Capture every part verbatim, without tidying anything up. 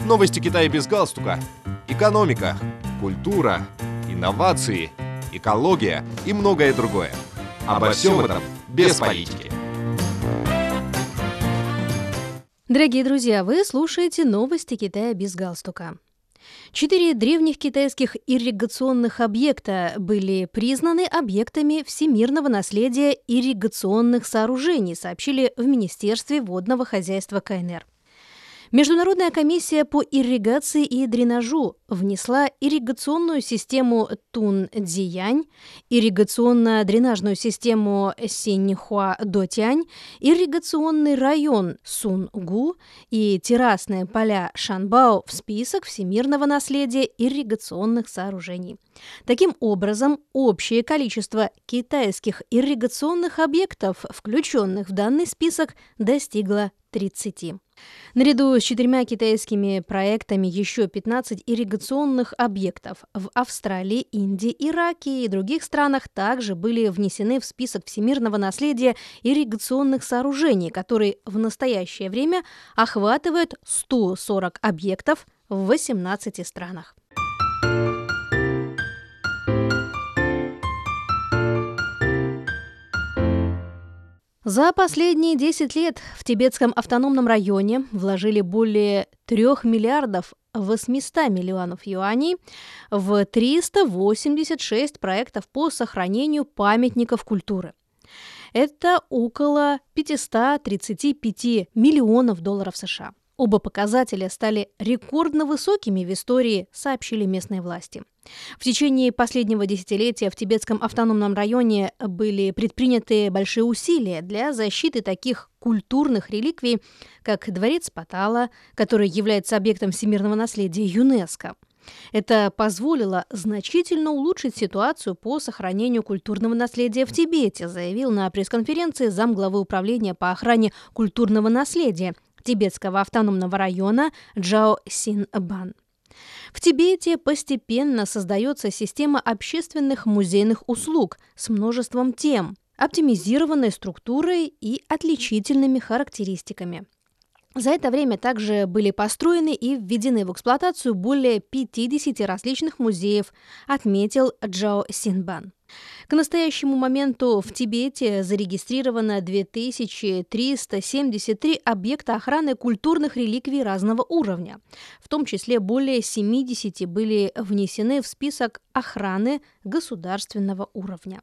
Новости Китая без галстука. Экономика, культура, инновации, экология и многое другое. Обо всем этом без политики. Дорогие друзья, вы слушаете новости Китая без галстука. Четыре древних китайских ирригационных объекта были признаны объектами всемирного наследия ирригационных сооружений, сообщили в Министерстве водного хозяйства КНР. Международная комиссия по ирригации и дренажу внесла ирригационную систему Тун-Дзиянь, ирригационно-дренажную систему Синьхуа-Дотянь, ирригационный район Сун-Гу и террасные поля Шанбао в список всемирного наследия ирригационных сооружений. Таким образом, общее количество китайских ирригационных объектов, включенных в данный список, достигло тридцати. Наряду с четырьмя китайскими проектами еще пятнадцать ирригационных объектов в Австралии, Индии, Ираке и других странах также были внесены в список всемирного наследия ирригационных сооружений, который в настоящее время охватывает сто сорок объектов в восемнадцати странах. За последние десять лет в Тибетском автономном районе вложили более трех миллиардов восьмисот миллионов юаней в триста восемьдесят шесть проектов по сохранению памятников культуры. Это около пятьсот тридцать пять миллионов долларов США. Оба показателя стали рекордно высокими в истории, сообщили местные власти. В течение последнего десятилетия в Тибетском автономном районе были предприняты большие усилия для защиты таких культурных реликвий, как дворец Патала, который является объектом всемирного наследия ЮНЕСКО. Это позволило значительно улучшить ситуацию по сохранению культурного наследия в Тибете, заявил на пресс-конференции замглавы управления по охране культурного наследия Тибетского автономного района Джао Син-Бан. В Тибете постепенно создается система общественных музейных услуг с множеством тем, оптимизированной структурой и отличительными характеристиками. За это время также были построены и введены в эксплуатацию более пятидесяти различных музеев, отметил Джао Син-Бан. К настоящему моменту в Тибете зарегистрировано две тысячи триста семьдесят три объекта охраны культурных реликвий разного уровня. В том числе более семидесяти были внесены в список охраны государственного уровня.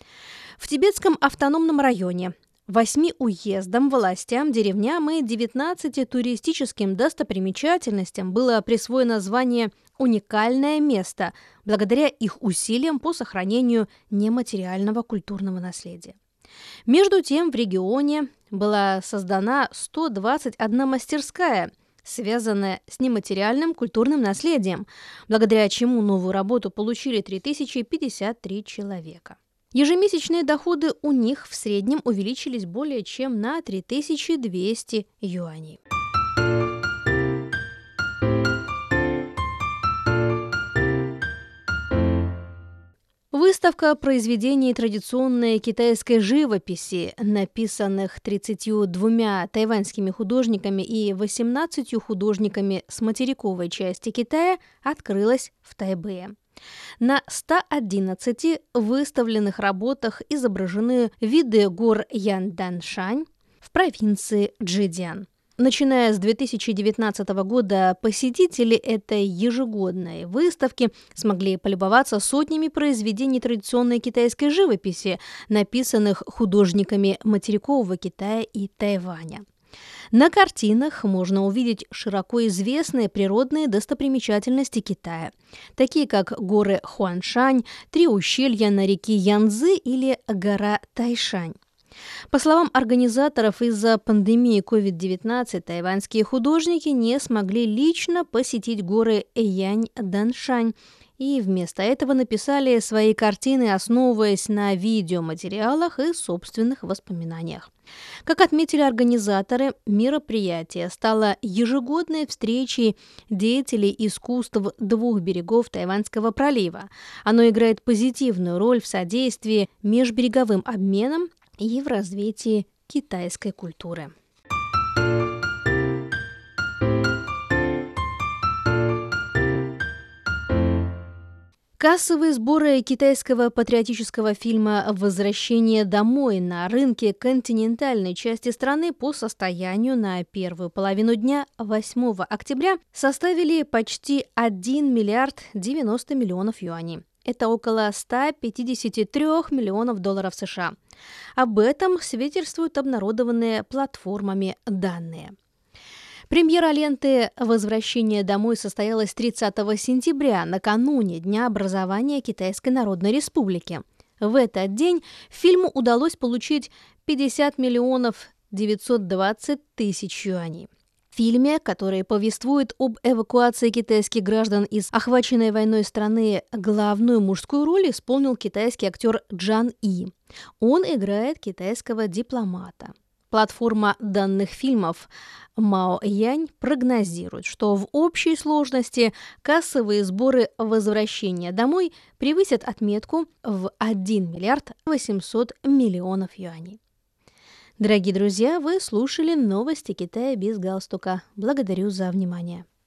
В Тибетском автономном районе восьми уездам, властям, деревням и девятнадцати туристическим достопримечательностям было присвоено звание «Уникальное место» благодаря их усилиям по сохранению нематериального культурного наследия. Между тем, в регионе была создана сто двадцать одна мастерская, связанная с нематериальным культурным наследием, благодаря чему новую работу получили три тысячи пятьдесят три человека. Ежемесячные доходы у них в среднем увеличились более чем на три тысячи двести юаней. Выставка произведений традиционной китайской живописи, написанных тридцатью двумя тайваньскими художниками и восемнадцатью художниками с материковой части Китая, открылась в Тайбэе. На ста одиннадцати выставленных работах изображены виды гор Янданшань в провинции Чжэцзян. Начиная с две тысячи девятнадцатого года посетители этой ежегодной выставки смогли полюбоваться сотнями произведений традиционной китайской живописи, написанных художниками материкового Китая и Тайваня. На картинах можно увидеть широко известные природные достопримечательности Китая, такие как горы Хуаншань, три ущелья на реке Янцзы или гора Тайшань. По словам организаторов, из-за пандемии ковид девятнадцать тайваньские художники не смогли лично посетить горы Янь-Даншань и вместо этого написали свои картины, основываясь на видеоматериалах и собственных воспоминаниях. Как отметили организаторы, мероприятие стало ежегодной встречей деятелей искусств двух берегов Тайваньского пролива. Оно играет позитивную роль в содействии межбереговым обменам и в развитии китайской культуры. Кассовые сборы китайского патриотического фильма «Возвращение домой» на рынке континентальной части страны по состоянию на первую половину дня восьмого октября составили почти один миллиард девяносто миллионов юаней. Это около ста пятидесяти трёх миллионов долларов США. Об этом свидетельствуют обнародованные платформами данные. Премьера ленты «Возвращение домой» состоялась тридцатого сентября, накануне Дня образования Китайской Народной Республики. В этот день фильму удалось получить пятьдесят миллионов девятьсот двадцать тысяч юаней. В фильме, который повествует об эвакуации китайских граждан из охваченной войной страны, главную мужскую роль исполнил китайский актер Джан И. Он играет китайского дипломата. Платформа данных фильмов Мао Янь прогнозирует, что в общей сложности кассовые сборы «Возвращения домой» превысят отметку в один миллиард восемьсот миллионов юаней. Дорогие друзья, вы слушали новости Китая без галстука. Благодарю за внимание.